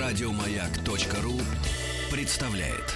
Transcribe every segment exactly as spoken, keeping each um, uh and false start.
Радиомаяк.ру представляет.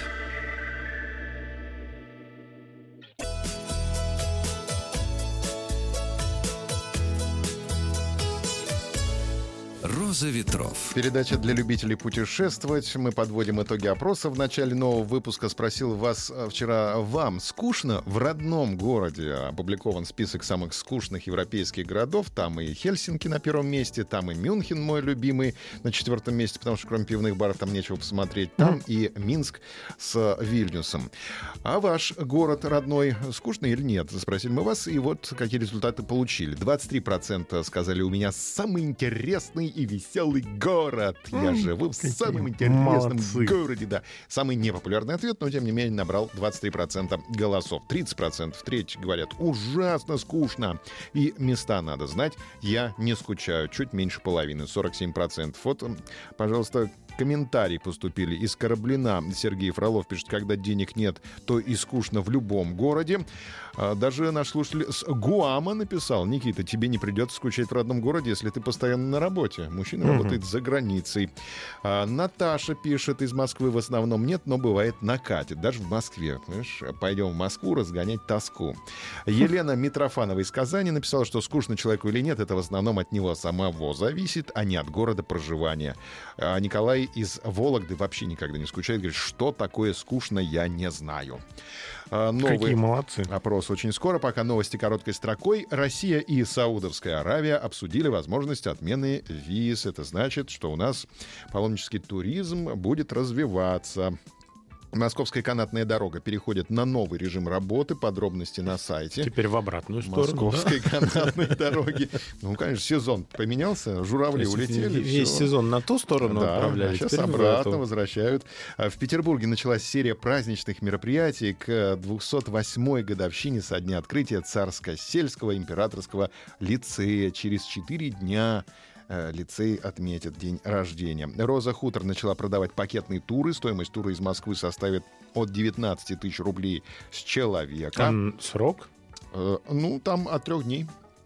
«Роза ветров». Передача для любителей путешествовать. Мы подводим итоги опроса. В начале нового выпуска спросил вас вчера: вам скучно в родном городе? Опубликован список самых скучных европейских городов. Там и Хельсинки на первом месте, там и Мюнхен, мой любимый, на четвертом месте, потому что кроме пивных баров там нечего посмотреть. Там mm. и Минск с Вильнюсом. А ваш город родной скучный или нет? Спросили мы вас, и вот какие результаты получили. двадцать три процента сказали: у меня самый интересный и веселый город. Я живу в самом интересном молодцы. городе. Да. Самый непопулярный ответ, но тем не менее набрал двадцать три процента голосов. тридцать процентов треть говорят: ужасно скучно. И места надо знать. Я не скучаю. Чуть меньше половины, сорок семь процентов. Вот, пожалуйста, комментарии поступили из Кораблина. Сергей Фролов пишет: когда денег нет, то и скучно в любом городе. Даже наш слушатель с Гуама написал: Никита, тебе не придется скучать в родном городе, если ты постоянно на работе. Мужчина mm-hmm. работает за границей. А, Наташа пишет из Москвы: в основном нет, но бывает накатит. Даже в Москве. Понимаешь? Пойдем в Москву разгонять тоску. Елена Митрофанова из Казани написала, что скучно человеку или нет, это в основном от него самого зависит, а не от города проживания. А Николай из Вологды вообще никогда не скучает. Говорит: что такое скучно, я не знаю. А, новый Какие молодцы. Опрос очень скоро. Пока новости короткой строкой. Россия и Саудовская Аравия обсудили возможность отмены виз. Это значит, что у нас паломнический туризм будет развиваться. Московская канатная дорога переходит на новый режим работы. Подробности на сайте. Теперь в обратную сторону. Московской да? канатной дороги. Ну, конечно, сезон поменялся. Журавли улетели. Весь все. сезон на ту сторону да, отправляли. А сейчас обратно возвращают. В Петербурге началась серия праздничных мероприятий к двухсот восьмой годовщине со дня открытия Царско-сельского императорского лицея. Через четыре дня лицей отметит день рождения. Роза Хутор начала продавать пакетные туры. Стоимость тура из Москвы составит от девятнадцати тысяч рублей с человека. Там срок? Э, ну, там от трех дней.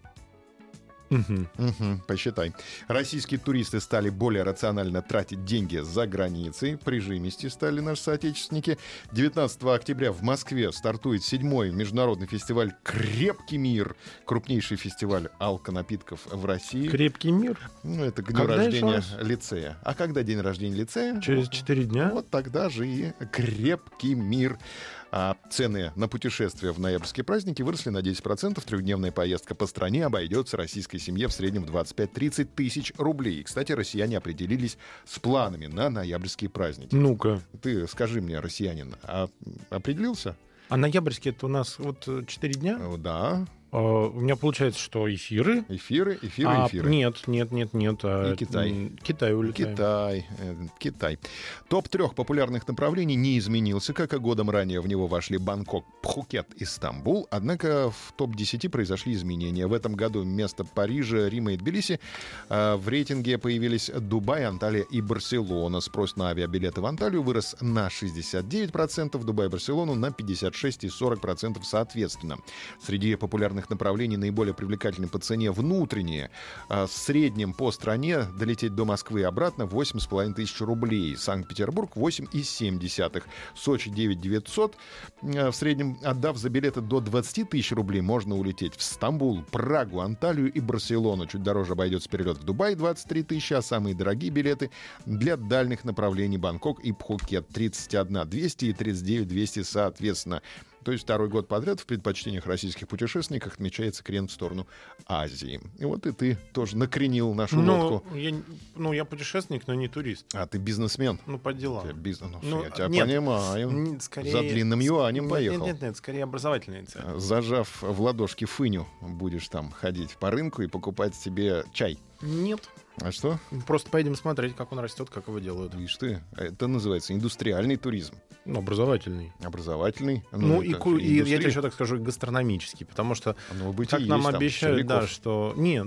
Угу. Угу, посчитай. Российские туристы стали более рационально тратить деньги за границей. Прижимисти стали наши соотечественники. девятнадцатого октября в Москве стартует седьмой международный фестиваль «Крепкий мир». Крупнейший фестиваль алконапитков в России. «Крепкий мир»? Ну, это к дню когда рождения лицея. А когда день рождения лицея? Через четыре дня? Вот тогда же и «Крепкий мир». А цены на путешествия в ноябрьские праздники выросли на десять процентов. Трехдневная поездка по стране обойдется российской семье в среднем в двадцать пять - тридцать тысяч рублей. И, кстати, россияне определились с планами на ноябрьские праздники. Ну-ка. Ты скажи мне, россиянин, а определился? А ноябрьские это у нас вот четыре дня? Да. Uh, у меня получается, что эфиры. Эфиры, эфиры, а, эфиры. Нет, нет, нет, нет. А, и Китай. Китай улетаем. Китай, э, Китай. Топ трех популярных направлений не изменился, как и годом ранее. В него вошли Бангкок, Пхукет и Стамбул. Однако в топ десять произошли изменения. В этом году вместо Парижа, Рима и Тбилиси э, в рейтинге появились Дубай, Анталия и Барселона. Спрос на авиабилеты в Анталию вырос на шестьдесят девять процентов, Дубай и Барселону на пятьдесят шесть и сорок процентов соответственно. Среди популярных направлений наиболее привлекательны по цене внутренние. В среднем по стране долететь до Москвы и обратно восемь с половиной тысяч рублей. Санкт-Петербург восемь и семь десятых. Сочи девять девятьсот. В среднем, отдав за билеты до двадцать тысяч рублей, можно улететь в Стамбул, Прагу, Анталию и Барселону. Чуть дороже обойдется перелет в Дубай двадцать три тысячи, а самые дорогие билеты для дальних направлений Бангкок и Пхукет тридцать один двести и тридцать девять двести соответственно. То есть второй год подряд в предпочтениях российских путешественников отмечается крен в сторону Азии. И вот и ты тоже накренил нашу ну, лодку. Я, ну, я путешественник, но не турист. А ты бизнесмен? Ну, по делам. Бизнес... Ну, ну, я тебя нет, понимаю. Скорее... За длинным юанем поехал. Нет, нет, нет, скорее образовательная цель. Зажав в ладошки фыню, будешь там ходить по рынку и покупать себе чай. Нет. А что? Просто поедем смотреть, как он растет, как его делают. Видишь ты, это называется индустриальный туризм. Ну, образовательный. Образовательный. Ну, ну и, ку- и я тебе еще так скажу, гастрономический, потому что, ну, быть как и нам есть, обещают, там, да, что... Нет,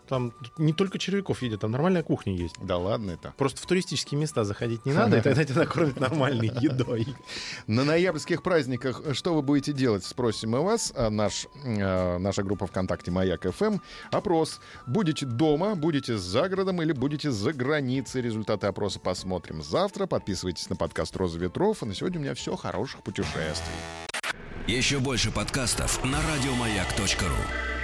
Там не только червяков едят, там нормальная кухня есть. Да ладно это. Просто в туристические места заходить не надо, и тогда тебя накормят нормальной едой. На ноябрьских праздниках что вы будете делать, спросим мы вас. А Наш, э, наша группа ВКонтакте «Маяк эф эм». Опрос. Будете дома, будете за городом или будете за границей? Результаты опроса посмотрим завтра. Подписывайтесь на подкаст «Роза ветров». А на сегодня у меня все. Хороших путешествий. Еще больше подкастов на радиомаяк точка ру.